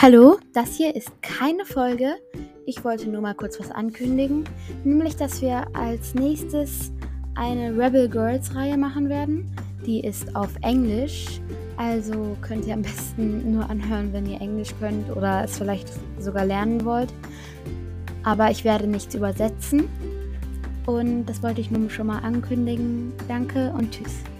Hallo, das hier ist keine Folge. Ich wollte nur mal kurz was ankündigen, nämlich, dass wir als nächstes eine Rebel Girls Reihe machen werden. Die ist auf Englisch, also könnt ihr am besten nur anhören, wenn ihr Englisch könnt oder es vielleicht sogar lernen wollt. Aber ich werde nichts übersetzen und das wollte ich nur schon mal ankündigen. Danke und tschüss.